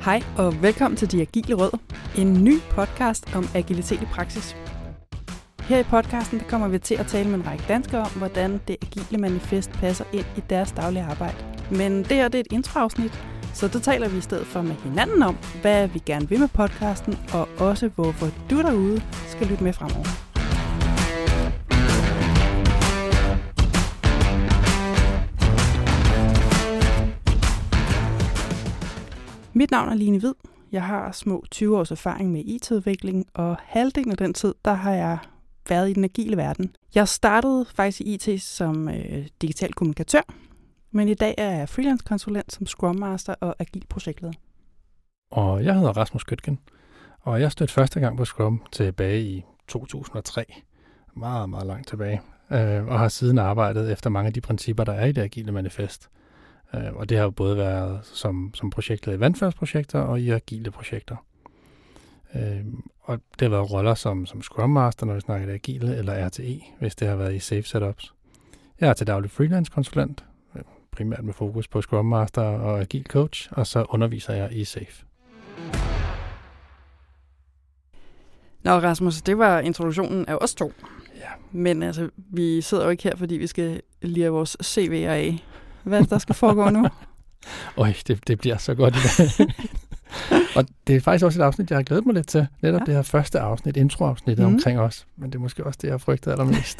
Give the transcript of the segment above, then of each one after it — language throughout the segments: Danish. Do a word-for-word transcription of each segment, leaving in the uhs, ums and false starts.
Hej og velkommen til De Agile Rødder, en ny podcast om agilitet i praksis. Her i podcasten der kommer vi til at tale med en række danskere om, hvordan det agile manifest passer ind i deres daglige arbejde. Men det her det er et introafsnit, så der taler vi i stedet for med hinanden om, hvad vi gerne vil med podcasten, og også hvorfor du derude skal lytte med fremover. Mit navn er Line Hvid. Jeg har små tyve års erfaring med I T-udvikling, og halvdelen af den tid, der har jeg været i den agile verden. Jeg startede faktisk i I T som øh, digital kommunikatør, men i dag er jeg freelance-konsulent som Scrum Master og agil projektleder. Og jeg hedder Rasmus Køtgen, og jeg stødte første gang på Scrum tilbage i to tusind og tre, meget, meget langt tilbage, øh, og har siden arbejdet efter mange af de principper, der er i det agile manifest. Uh, og det har jo både været som, som projektleder i vandførsprojekter og i agile projekter. Uh, og det har været roller som, som Scrum Master, når vi snakker agile, eller R T E, hvis det har været i Safe Setups. Jeg er til daglig freelance-konsulent, primært med fokus på Scrum Master og agil coach, og så underviser jeg i Safe. Nå Rasmus, det var introduktionen af os to. Ja. Men altså, vi sidder jo ikke her, fordi vi skal lire vores C V'er af. Hvad der skal foregå nu? Øj, det, det bliver så godt i dag. Og det er faktisk også et afsnit, jeg har glædet mig lidt til. Netop ja. Det her første afsnit, introafsnittet mm. omkring os. Men det er måske også det, jeg har frygtet allermest.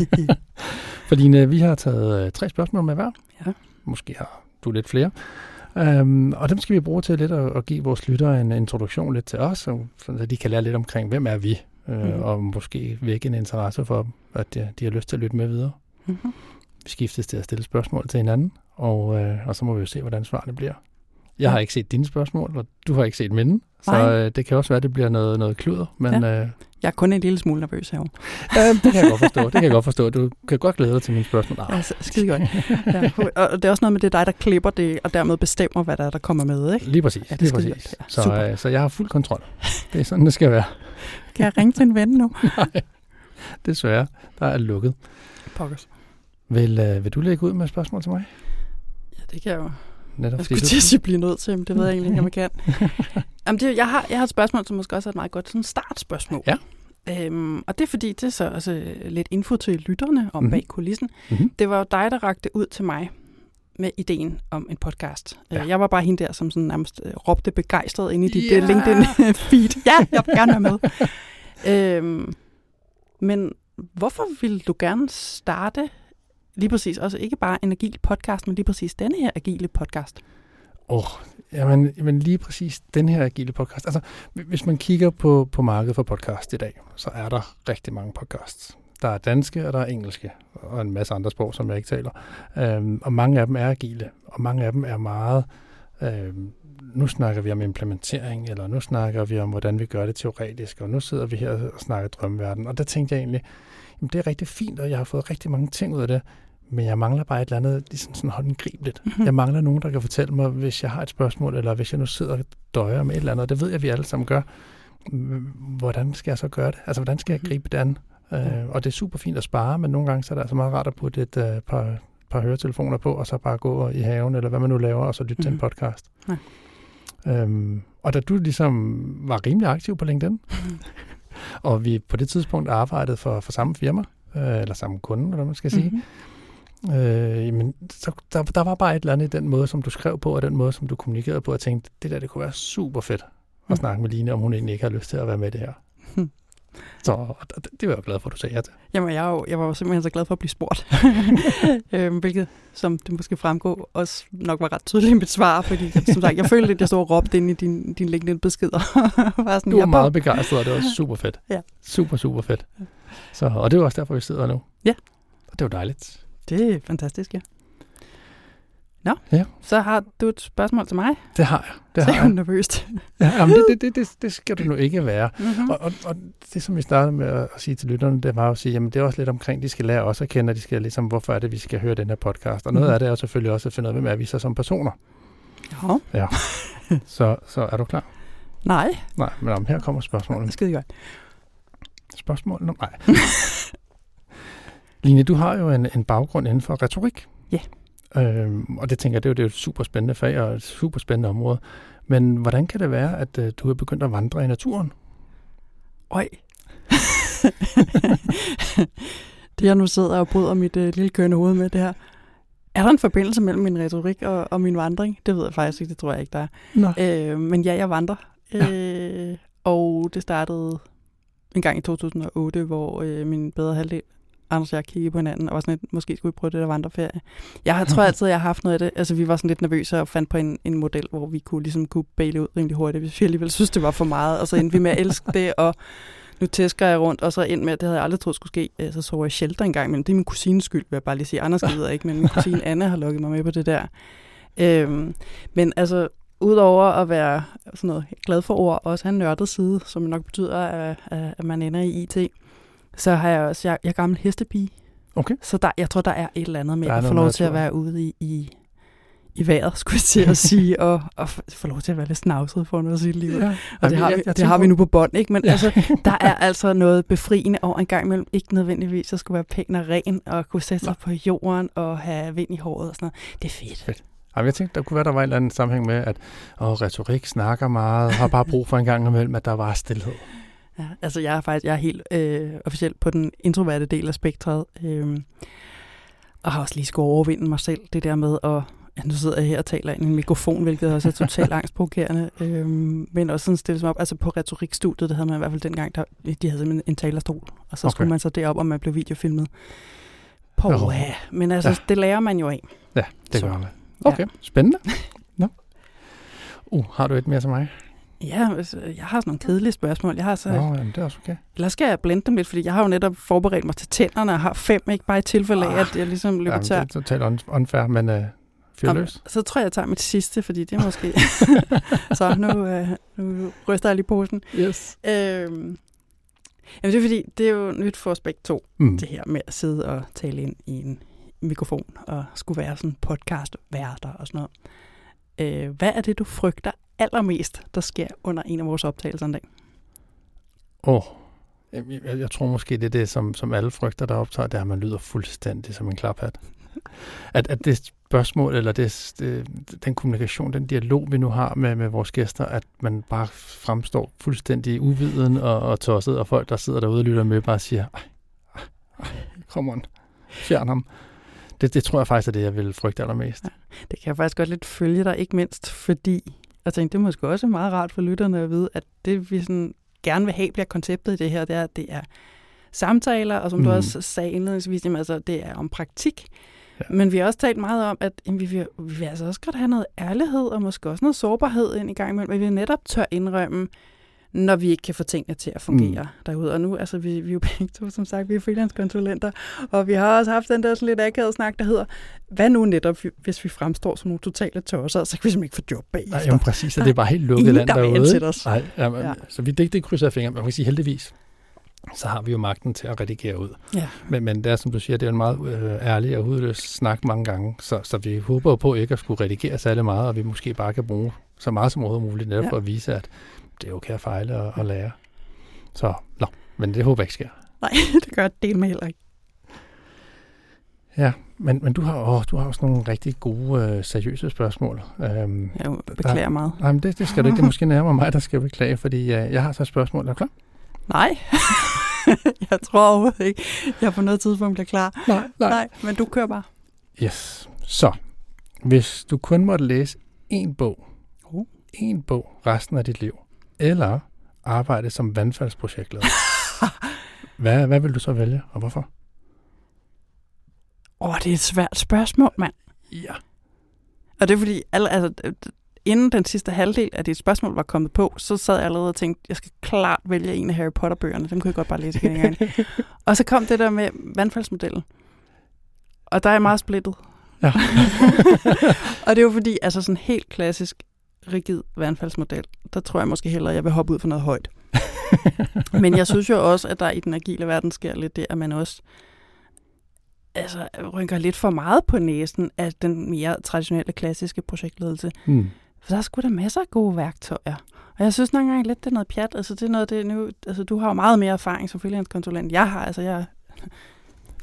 Fordi uh, vi har taget uh, tre spørgsmål med hver. Ja. Måske har du lidt flere. Um, og dem skal vi bruge til lidt at, at give vores lyttere en introduktion lidt til os, så, så de kan lære lidt omkring, hvem er vi, uh, mm. og måske vække en interesse for dem, at de, de har lyst til at lytte med videre. Mm-hmm. Vi skiftes til at stille spørgsmål til hinanden, og, øh, og så må vi jo se, hvordan svarene bliver. Jeg har ikke set dine spørgsmål, og du har ikke set mine, så øh, det kan også være, at det bliver noget, noget kludder. Men, ja. øh, jeg er kun en lille smule nervøs herovre. øh, det kan jeg godt forstå. Det kan jeg godt forstå. Du kan godt glæde dig til mine spørgsmål. Ah. Ja, skide godt. Ja, og det er også noget med, det er dig, der klipper det, og dermed bestemmer, hvad der, er, der kommer med, ikke? Lige præcis. Ja, det lige præcis. Ja, så, øh, så jeg har fuld kontrol. Det er sådan, det skal være. Kan jeg ringe til en ven nu? Nej, desværre. Der er lukket. Pokkers. Vil, øh, vil du lægge ud med spørgsmål til mig? Ja, det kan jeg jo. Netop, jeg skulle til at blive nødt til, men det ved jeg egentlig ikke, om jeg kan. Jamen, det, jeg, har, jeg har et spørgsmål, som måske også er et meget godt sådan startspørgsmål. Ja. Øhm, og det er fordi, det er så også lidt info til lytterne om mm-hmm. bag kulissen. Mm-hmm. Det var jo dig, der rakte ud til mig med ideen om en podcast. Ja. Jeg var bare hende der, som sådan nærmest uh, råbte begejstret ind i dit yeah. LinkedIn-feed. Ja, jeg vil gerne være med. øhm, men hvorfor ville du gerne starte lige præcis, også ikke bare en agil podcast, men lige præcis denne her agile podcast? Åh, oh, jamen, jamen lige præcis den her agile podcast. Altså, hvis man kigger på, på markedet for podcast i dag, så er der rigtig mange podcasts. Der er danske, og der er engelske, og en masse andre sprog, som jeg ikke taler. Øhm, og mange af dem er agile, og mange af dem er meget... Øhm, nu snakker vi om implementering, eller nu snakker vi om, hvordan vi gør det teoretisk, og nu sidder vi her og snakker drømmeverden. Og der tænkte jeg egentlig, jamen, det er rigtig fint, og jeg har fået rigtig mange ting ud af det, men jeg mangler bare et eller andet ligesom sådan håndgribeligt. Mm-hmm. Jeg mangler nogen, der kan fortælle mig, hvis jeg har et spørgsmål, eller hvis jeg nu sidder og døjer med et eller andet, og det ved jeg, vi alle sammen gør. Hvordan skal jeg så gøre det? Altså, hvordan skal jeg gribe det an? Mm. Uh, og det er super fint at spare, men nogle gange så er det altså meget rart at putte et uh, par, par høretelefoner på, og så bare gå i haven, eller hvad man nu laver, og så lytte mm. til en podcast. Mm. Um, og da du ligesom var rimelig aktiv på LinkedIn, mm. og vi på det tidspunkt arbejdede for, for samme firma, øh, eller samme kunde, eller hvad man skal sige, mm-hmm. øh, men så, der, der var bare et eller andet i den måde, som du skrev på, og den måde, som du kommunikerede på, og jeg tænkte, det der, det kunne være super fedt at mm. snakke med Line, om hun egentlig ikke har lyst til at være med i det her. Mm. Så det, det var jeg glad for, at du sagde ja til. Jamen, jeg, jo, jeg var jo simpelthen så glad for at blive spurgt. øhm, hvilket, som det måske fremgår, også nok var ret tydeligt i mit svar, fordi som sagt, jeg følte lidt, at jeg stod og råbte ind i din, din LinkedIn-beskeder. sådan, du var meget begejstret, og det var super fedt. Ja. Super, super fedt. Så, og det er også derfor, vi sidder nu. Ja. Og det var dejligt. Det er fantastisk, ja. Nå, ja. Så har du et spørgsmål til mig? Det har jeg. Det så har er jeg nervøst. Ja, jamen det, det, det, det skal du nu ikke være. Mm-hmm. Og, og, og det, som vi startede med at sige til lytterne, det var at sige, jamen det er også lidt omkring, de skal lære os at kende, og de skal ligesom, hvorfor er det, vi skal høre den her podcast. Og noget mm-hmm. af det er selvfølgelig også at finde ud af, hvem er vi så som personer. Ja. Ja. Så, så er du klar? Nej. Nej, men om, her kommer spørgsmålet. Skide godt. Spørgsmål? Nej. Line, du har jo en, en baggrund inden for retorik. Ja. Øhm, og det tænker jeg, det er jo, det er jo et super spændende fag og et super spændende område. Men hvordan kan det være, at øh, du er begyndt at vandre i naturen? Øj. Det jeg nu sidder og bryder mit øh, lille kønne hoved med, det her. Er der en forbindelse mellem min retorik og, og min vandring? Det ved jeg faktisk ikke, det tror jeg ikke, der er. Øh, men ja, jeg vandrer. Ja. Øh, og det startede en gang i to tusind og otte, hvor øh, min bedre halvdel, Anders og jeg, kiggede på hinanden og var sådan lidt, måske skulle vi prøve det der vandreferie. Jeg har, tror altid, jeg har haft noget af det. Altså, vi var sådan lidt nervøse og fandt på en, en model, hvor vi kunne ligesom kunne baile ud rimelig hurtigt, hvis vi alligevel synes, det var for meget. Og så endte vi med at elske det, og nu tæsker jeg rundt, og så ind med, at det havde jeg aldrig troet skulle ske. Så så jeg shelter en gang imellem. Det er min kusines skyld, vil jeg bare lige sige. Anders gider ikke, men min kusine Anne har lukket mig med på det der. Øhm, men altså, udover at være sådan noget glad for ord, også han nørdede side, som nok betyder, at, at man ender i I T, så har jeg også, jeg, jeg er gammel hestepige. Okay. Så der, jeg tror, der er et eller andet med at få lov til at være ude i, i, i vejret, skulle jeg til at sige, og, og få lov til at være lidt snavset for noget af sit liv. Ja. Og det har, jeg, vi, jeg det har vi nu på bånd, ikke? Men ja. altså, der er altså noget befriende over en gang imellem, ikke nødvendigvis at skulle være pæn og ren, og kunne sætte sig på jorden og have vind i håret og sådan noget. Det er fedt. fedt. Jamen, jeg tænkte, der kunne være, der var en eller anden sammenhæng med, at åh, retorik snakker meget, har bare brug for en gang imellem, at der var stillhed. Ja, altså jeg er faktisk jeg er helt øh, officielt på den introverte del af spektret, øh, og har også lige skulle overvinde mig selv, det der med at, ja, nu sidder jeg her og taler ind i en mikrofon, hvilket også er totalt angstprovokerende, øh, men også sådan stille sig op, altså på retorikstudiet, det havde man i hvert fald dengang, der, de havde simpelthen en talerstol, og så okay. skulle man så derop, og man blev videofilmet. På, oh. ja. Men altså, ja. det lærer man jo af. Ja, det gør man. Okay, ja. Spændende. No. Uh, har du et mere til mig? Ja, altså, jeg har sådan nogle kedelige spørgsmål. Jeg har så, Nå, jamen, det er også okay. Eller skal jeg blende dem lidt, fordi jeg har jo netop forberedt mig til tænderne og har fem, ikke bare i tilfælde af, at jeg ligesom løber tør. Det er totalt unfair, men uh, fyr løs. Så tror jeg, jeg tager mit sidste, fordi det er måske... så nu, uh, nu ryster jeg lige posen. Yes. Øhm, jamen, det er fordi, det er jo nyt for os begge to, mm. det her med at sidde og tale ind i en mikrofon og skulle være sådan podcast-værter og sådan noget. Øh, hvad er det, du frygter allermest, der sker under en af vores optagelser en dag? Åh, oh, jeg, jeg, jeg tror måske, det er det, som, som alle frygter, der optager, det er, at man lyder fuldstændig som en klaphat. At, at det spørgsmål, eller det, det, den kommunikation, den dialog, vi nu har med, med vores gæster, at man bare fremstår fuldstændig uviden og, og tosset, og folk, der sidder derude og lytter med, bare siger, ej, ej, come on, fjern ham. Det, det tror jeg faktisk er det, jeg vil frygte allermest. Ja, det kan jeg faktisk godt lidt følge dig, ikke mindst fordi, jeg tænkte, det er måske også meget rart for lytterne at vide, at det vi sådan gerne vil have, bliver konceptet i det her, det er, at det er samtaler, og som mm. du også sagde indledningsvis, jamen, altså, det er om praktik. Ja. Men vi har også talt meget om, at jamen, vi, vil, vi vil altså også godt have noget ærlighed, og måske også noget sårbarhed ind i gang imellem, men vi vil netop tør indrømme, når vi ikke kan få tingene til at fungere mm. derude. Og nu, altså, vi, vi er jo begge to, som sagt, vi er freelance-konsulenter, og vi har også haft den der sådan lidt akavet snak, der hedder, hvad nu netop, hvis vi fremstår som nogle totale tosser, så kan vi simpelthen ikke få job bagefter. Nej, jamen præcis, og det er bare helt lukket land derude. Ingen, der os. Nej, jamen, ja. Så vi det, det krydser af fingre, man kan sige heldigvis, så har vi jo magten til at redigere ud. Ja. Men, men det er, som du siger, det er en meget øh, ærlig og hudløs snak mange gange, så, så vi håber på ikke at skulle redigere særlig meget, og vi måske bare kan bruge så meget som overhovedet muligt, netop ja. for at vise, at det er okay at fejle og, og lære. Så, nå, men det håber jeg ikke sker. Nej, det gør det med heller ikke. Ja, men, men du har åh, du har også nogle rigtig gode, øh, seriøse spørgsmål. Øhm, jeg beklager der, meget. Nej, men det, det skal du ikke. Det er måske nærmere mig, der skal beklage, fordi øh, jeg har så et spørgsmål. Er du klar? Nej, jeg tror overhovedet ikke, jeg på noget tidspunkt bliver klar. Nej, nej. nej, men du kører bare. Yes. Så, hvis du kun måtte læse én bog, uh. én bog resten af dit liv, eller arbejde som vandfaldsprojektleder, hvad, hvad vil du så vælge, og hvorfor? Åh, oh, det er et svært spørgsmål, mand. Ja. Og det er fordi, altså, inden den sidste halvdel af dit spørgsmål var kommet på, så sad jeg allerede og tænkte, jeg skal klart vælge en af Harry Potter-bøgerne. Dem kunne jeg godt bare læse igen en gang. Og så kom det der med vandfaldsmodellen. Og der er jeg meget splittet. Ja. Og det er jo fordi, altså sådan helt klassisk, rigid vandfaldsmodel, der tror jeg måske hellere, at jeg vil hoppe ud for noget højt. Men jeg synes jo også, at der i den agile verden sker lidt det, at man også altså, rynker lidt for meget på næsen af den mere traditionelle, klassiske projektledelse. Mm. For der er sgu da masser af gode værktøjer. Og jeg synes nogle gange lidt, det er noget pjat. Altså, det er noget, det er nu, altså, du har jo meget mere erfaring som freelance-konsulent. Jeg har, altså jeg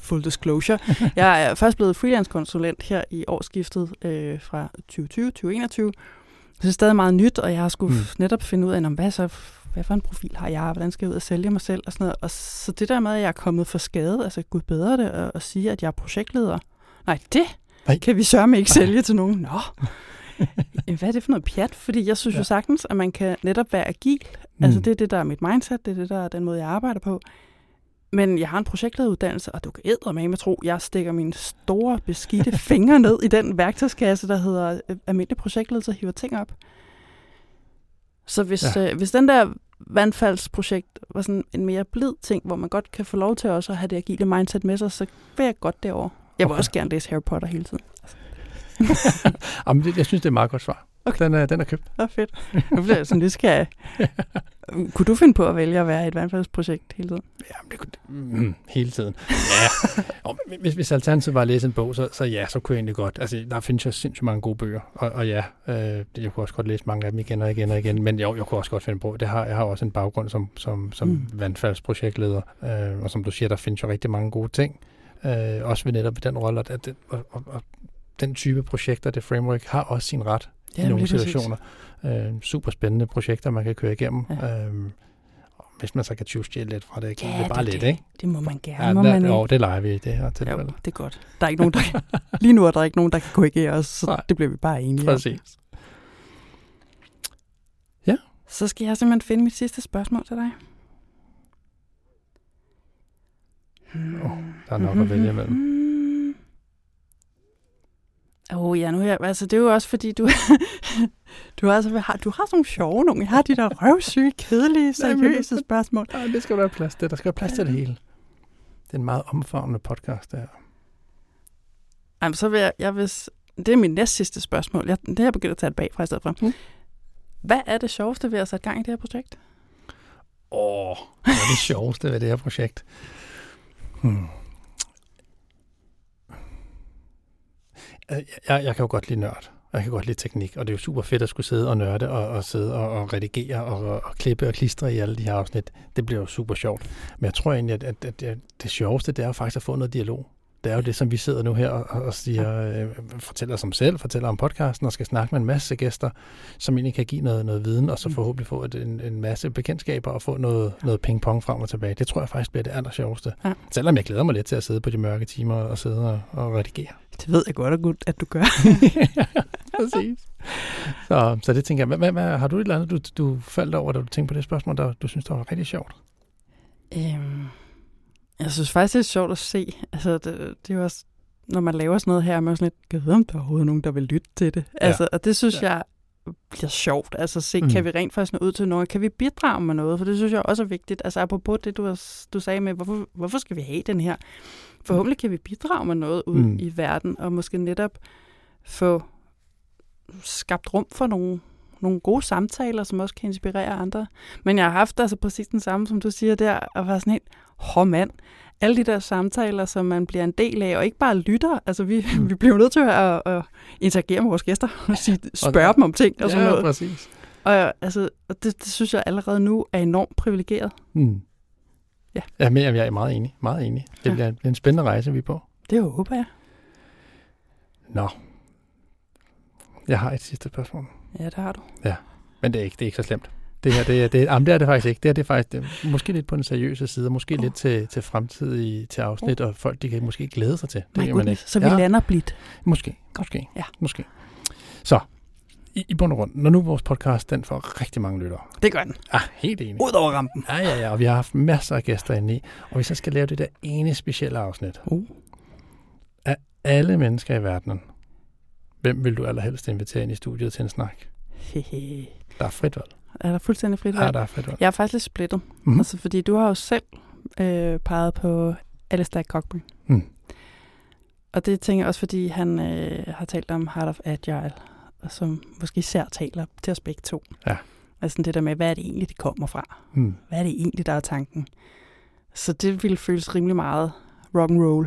full disclosure. Jeg er først blevet freelance-konsulent her i årsskiftet øh, fra tyve tyve til tyve enogtyve. Så det er stadig meget nyt, og jeg har skulle mm. netop finde ud af, hvad, så, hvad for en profil har jeg, hvordan skal jeg ud og sælge mig selv og sådan noget. Og så det der med, at jeg er kommet for skade, altså gud bedre det, og, og sige, at jeg er projektleder. Nej, det Nej. kan vi sørme ikke sælge til nogen. Nå, hvad er det for noget pjat? Fordi jeg synes ja. jo sagtens, at man kan netop være agil. Mm. Altså det er det, der er mit mindset, det er det, der er den måde, jeg arbejder på. Men jeg har en projektlederuddannelse, og du kan eddermame tro, jeg stikker mine store, beskidte fingre ned i den værktøjskasse, der hedder almindelig projektledelse, og hiver ting op. Så hvis, ja. øh, hvis den der vandfaldsprojekt var sådan en mere blid ting, hvor man godt kan få lov til også at have det agile mindset med sig, så vil jeg godt derover. Jeg vil okay. også gerne læse Harry Potter hele tiden. Jamen, det, jeg synes, det er et meget godt svar. Okay. Den, er, den er købt. Det er fedt. Nu bliver jeg sådan nysgerrig. Kunne du finde på at vælge at være i et vandfaldsprojekt hele tiden? Ja, det kunne mm, hele tiden. Ja. Og hvis, hvis alternativet var at læse en bog, så, så ja, så kunne jeg egentlig godt. Altså, der findes jo sindssygt mange gode bøger. Og, og ja, øh, jeg kunne også godt læse mange af dem igen og igen og igen. Men jo, jeg kunne også godt finde på. Det har, jeg har også en baggrund som, som, som mm. vandfaldsprojektleder. Øh, og som du siger, der findes jo rigtig mange gode ting. Øh, også ved netop den rolle, at det, og, og, og den type projekter, det framework, har også sin ret. Ja, i nogle situationer. Øh, super spændende projekter, man kan køre igennem. Ja. Øh, hvis man så kan tyve lidt fra det, ja, det er bare det, lidt, ikke? Det må man gerne. Ja, må der, man jo, det leger vi i det her tilfælde. Jo, det er godt. Der er ikke nogen, der kan, lige nu er der ikke nogen, der kan korrigere os, så Nej. det bliver vi bare enige om. Præcis. Ja. Så skal jeg simpelthen finde mit sidste spørgsmål til dig. Oh, der er nok at vælge imellem. Åh oh, ja, nu her, altså det er jo også fordi, du, du, altså, har, du har sådan nogle sjove nogle. Jeg har de der røvsyge, kedelige, seriøse spørgsmål. Nej, det skal der være plads til. Der skal være plads til det hele. Det er en meget omfavnende podcast, det her. Jamen, så vil jeg, jeg vil, det er min næst sidste spørgsmål. Jeg, det har jeg begyndt at tage det bagfra i stedet for. Mm. Hvad er det sjoveste ved at sætte gang i det her projekt? Åh, oh, hvad er det sjoveste ved det her projekt? Hmm. Jeg, jeg, jeg kan jo godt lide nørd. Jeg kan godt lide teknik, og det er jo super fedt at skulle sidde og nørde og, og sidde og, og redigere og, og klippe og klistre i alle de her afsnit. Det bliver jo super sjovt. Men jeg tror egentlig, at, at, at, at det sjoveste, det er jo faktisk at få noget dialog. Det er jo det, som vi sidder nu her og, og siger, øh, fortæller os om selv, fortæller om podcasten og skal snakke med en masse gæster, som egentlig kan give noget, noget viden, og så forhåbentlig få et, en, en masse bekendtskaber og få noget, noget ping-pong frem og tilbage. Det tror jeg faktisk bliver det aller sjoveste. Ja. Selvom jeg glæder mig lidt til at sidde på de mørke timer og sidde og, og redigere. Det ved jeg godt, at du gør. Præcis. Så, så det tænker jeg. Hvad, hvad, har du et eller andet, du, du faldt over, da du tænkte på det spørgsmål, der du synes, der var rigtig sjovt? Øhm, jeg synes faktisk, det er sjovt at se. Altså, det, det er jo også, når man laver sådan noget her, er man sådan lidt, jeg ved, om der er overhovedet nogen, der vil lytte til det. Ja. Altså, og det synes ja. jeg bliver sjovt. Altså, se, mm. kan vi rent faktisk nå ud til noget? Kan vi bidrage med noget? For det synes jeg også er vigtigt. Altså, apropos det, du, du sagde med, hvorfor, hvorfor skal vi have den her? Forhåbentlig kan vi bidrage med noget ud mm. i verden, og måske netop få skabt rum for nogle, nogle gode samtaler, som også kan inspirere andre. Men jeg har haft altså præcis den samme, som du siger der, og var sådan helt, hår mand, alle de der samtaler, som man bliver en del af, og ikke bare lytter. Altså, vi, mm. vi bliver nødt til at, at interagere med vores gæster, og sige, spørge og, dem om ting og sådan ja, noget. Præcis. Og altså, det, det synes jeg allerede nu er enormt privilegeret. Mm. Ja. Ja, men jeg er meget enig. Meget enig. Det ja. bliver en spændende rejse, vi er på. Det håber jeg. Nå. Jeg har et sidste spørgsmål. Ja, det har du. Ja, men det er ikke, det er ikke så slemt. Det her, det er, det, jamen, det er det faktisk ikke. Det er det faktisk det er måske lidt på den seriøse side, og måske oh. lidt til, til fremtidige til afsnit, oh. og folk, de kan måske glæde sig til. Det kan man ikke. Så vi ja. lander blidt. Måske, måske, ja. måske. Så, i, i bund og grund, når nu vores podcast, den får rigtig mange lyttere. Det gør den. Ja, helt enig. Ud over rampen. Ja, ja, ja, og vi har haft masser af gæster inde i, og vi så skal lave det der ene specielle afsnit. Uh. Af alle mennesker i verdenen, hvem vil du allerhelst invitere ind i studiet til en snak? Hehe. Der er frit valg. Er der fuldstændig frit valg? Ja, der er frit valg. Jeg er faktisk lidt splittet. Mm-hmm. Altså, fordi du har jo selv øh, peget på Alistair Cockburn. Mm. Og det tænker jeg også, fordi han øh, har talt om Heart of Agile, og som måske især taler til os begge to. Ja. Altså det der med, hvad er det egentlig, det kommer fra? Mm. Hvad er det egentlig, der er tanken? Så det ville føles rimelig meget rock'n'roll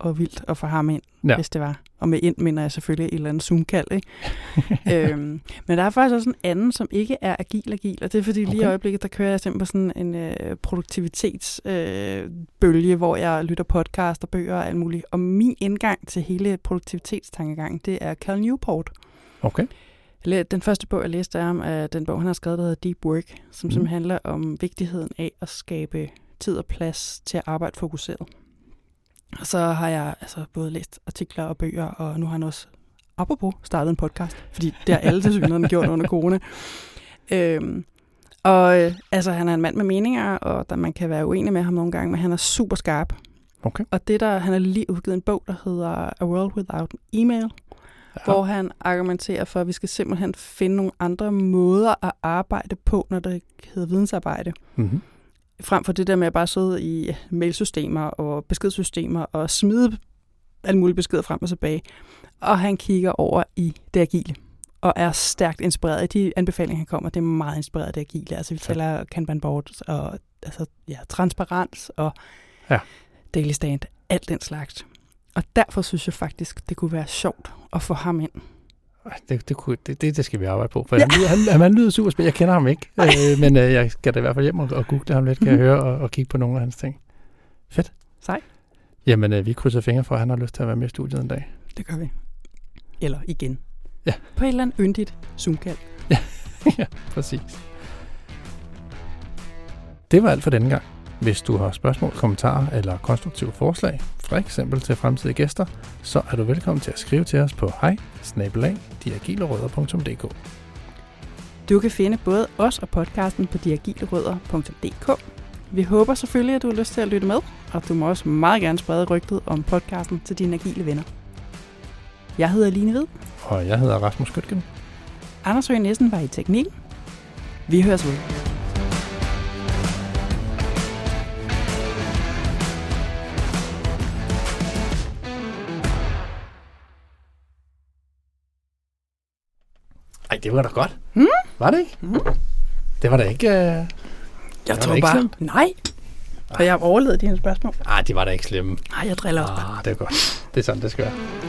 og vildt at få ham ind, ja. hvis det var. Og med ind mener jeg selvfølgelig et eller andet Zoom-kald, ikke? øhm, men der er faktisk også en anden, som ikke er agil-agil, og det er fordi lige okay. i øjeblikket, der kører jeg simpelthen på sådan en øh, produktivitetsbølge, øh, hvor jeg lytter podcast og bøger og alt muligt. Og min indgang til hele produktivitetstankegangen, det er Cal Newport. Okay. Den første bog, jeg læste er om, er den bog, han har skrevet, der hedder Deep Work, som, mm. som handler om vigtigheden af at skabe tid og plads til at arbejde fokuseret. Og så har jeg altså både læst artikler og bøger, og nu har han også, apropos, startet en podcast, fordi det har alle til synligheden gjort under corona. Øhm, og øh, altså, han er en mand med meninger, og der, man kan være uenig med ham nogle gange, men han er super skarp. Okay. Og det der, han har lige udgivet en bog, der hedder A World Without Email, ja. Hvor han argumenterer for, at vi skal simpelthen finde nogle andre måder at arbejde på, når det hedder vidensarbejde. Mm-hmm. Frem for det der med at bare sidde i mailsystemer og beskedssystemer og smide alle mulige beskeder frem og tilbage. Og han kigger over i det agile og er stærkt inspireret af de anbefalinger, han kommer. Det er meget inspireret af det agile. Altså vi taler Kanban boards og altså, ja, transparens og ja. Daily stand, alt den slags. Og derfor synes jeg faktisk, det kunne være sjovt at få ham ind. Det, det, kunne, det, det skal vi arbejde på, for ja. han, han, han lyder super spændende. Jeg kender ham ikke, øh, men øh, jeg skal da i hvert fald hjem og, og google ham lidt, kan mm-hmm. jeg høre og, og kigge på nogle af hans ting. Fedt. Sej. Jamen, øh, vi krydser fingre for, at han har lyst til at være med i studiet en dag. Det gør vi. Eller igen. Ja. På et eller andet yndigt Zoom-kald. Ja. ja, præcis. Det var alt for denne gang. Hvis du har spørgsmål, kommentarer eller konstruktive forslag, for eksempel til fremtidige gæster, så er du velkommen til at skrive til os på hej snabel-a diagilerødder punktum d k. Du kan finde både os og podcasten på diagilerødder punktum d k. Vi håber selvfølgelig, at du har lyst til at lytte med, og du må også meget gerne sprede rygtet om podcasten til dine agile venner. Jeg hedder Line Hvid. Og jeg hedder Rasmus Skytgen. Anders Høgh Nissen var i teknik. Vi høres ved. Ej, det var da godt. Hmm? Var det ikke? Hmm? Det var da ikke... Uh, jeg tror bare... Slemt. Nej. For jeg har overlevet de her spørgsmål. Nej, det var da ikke slemt. Nej, jeg driller også bare. Ah, det er godt. Det er sådan, det skal være.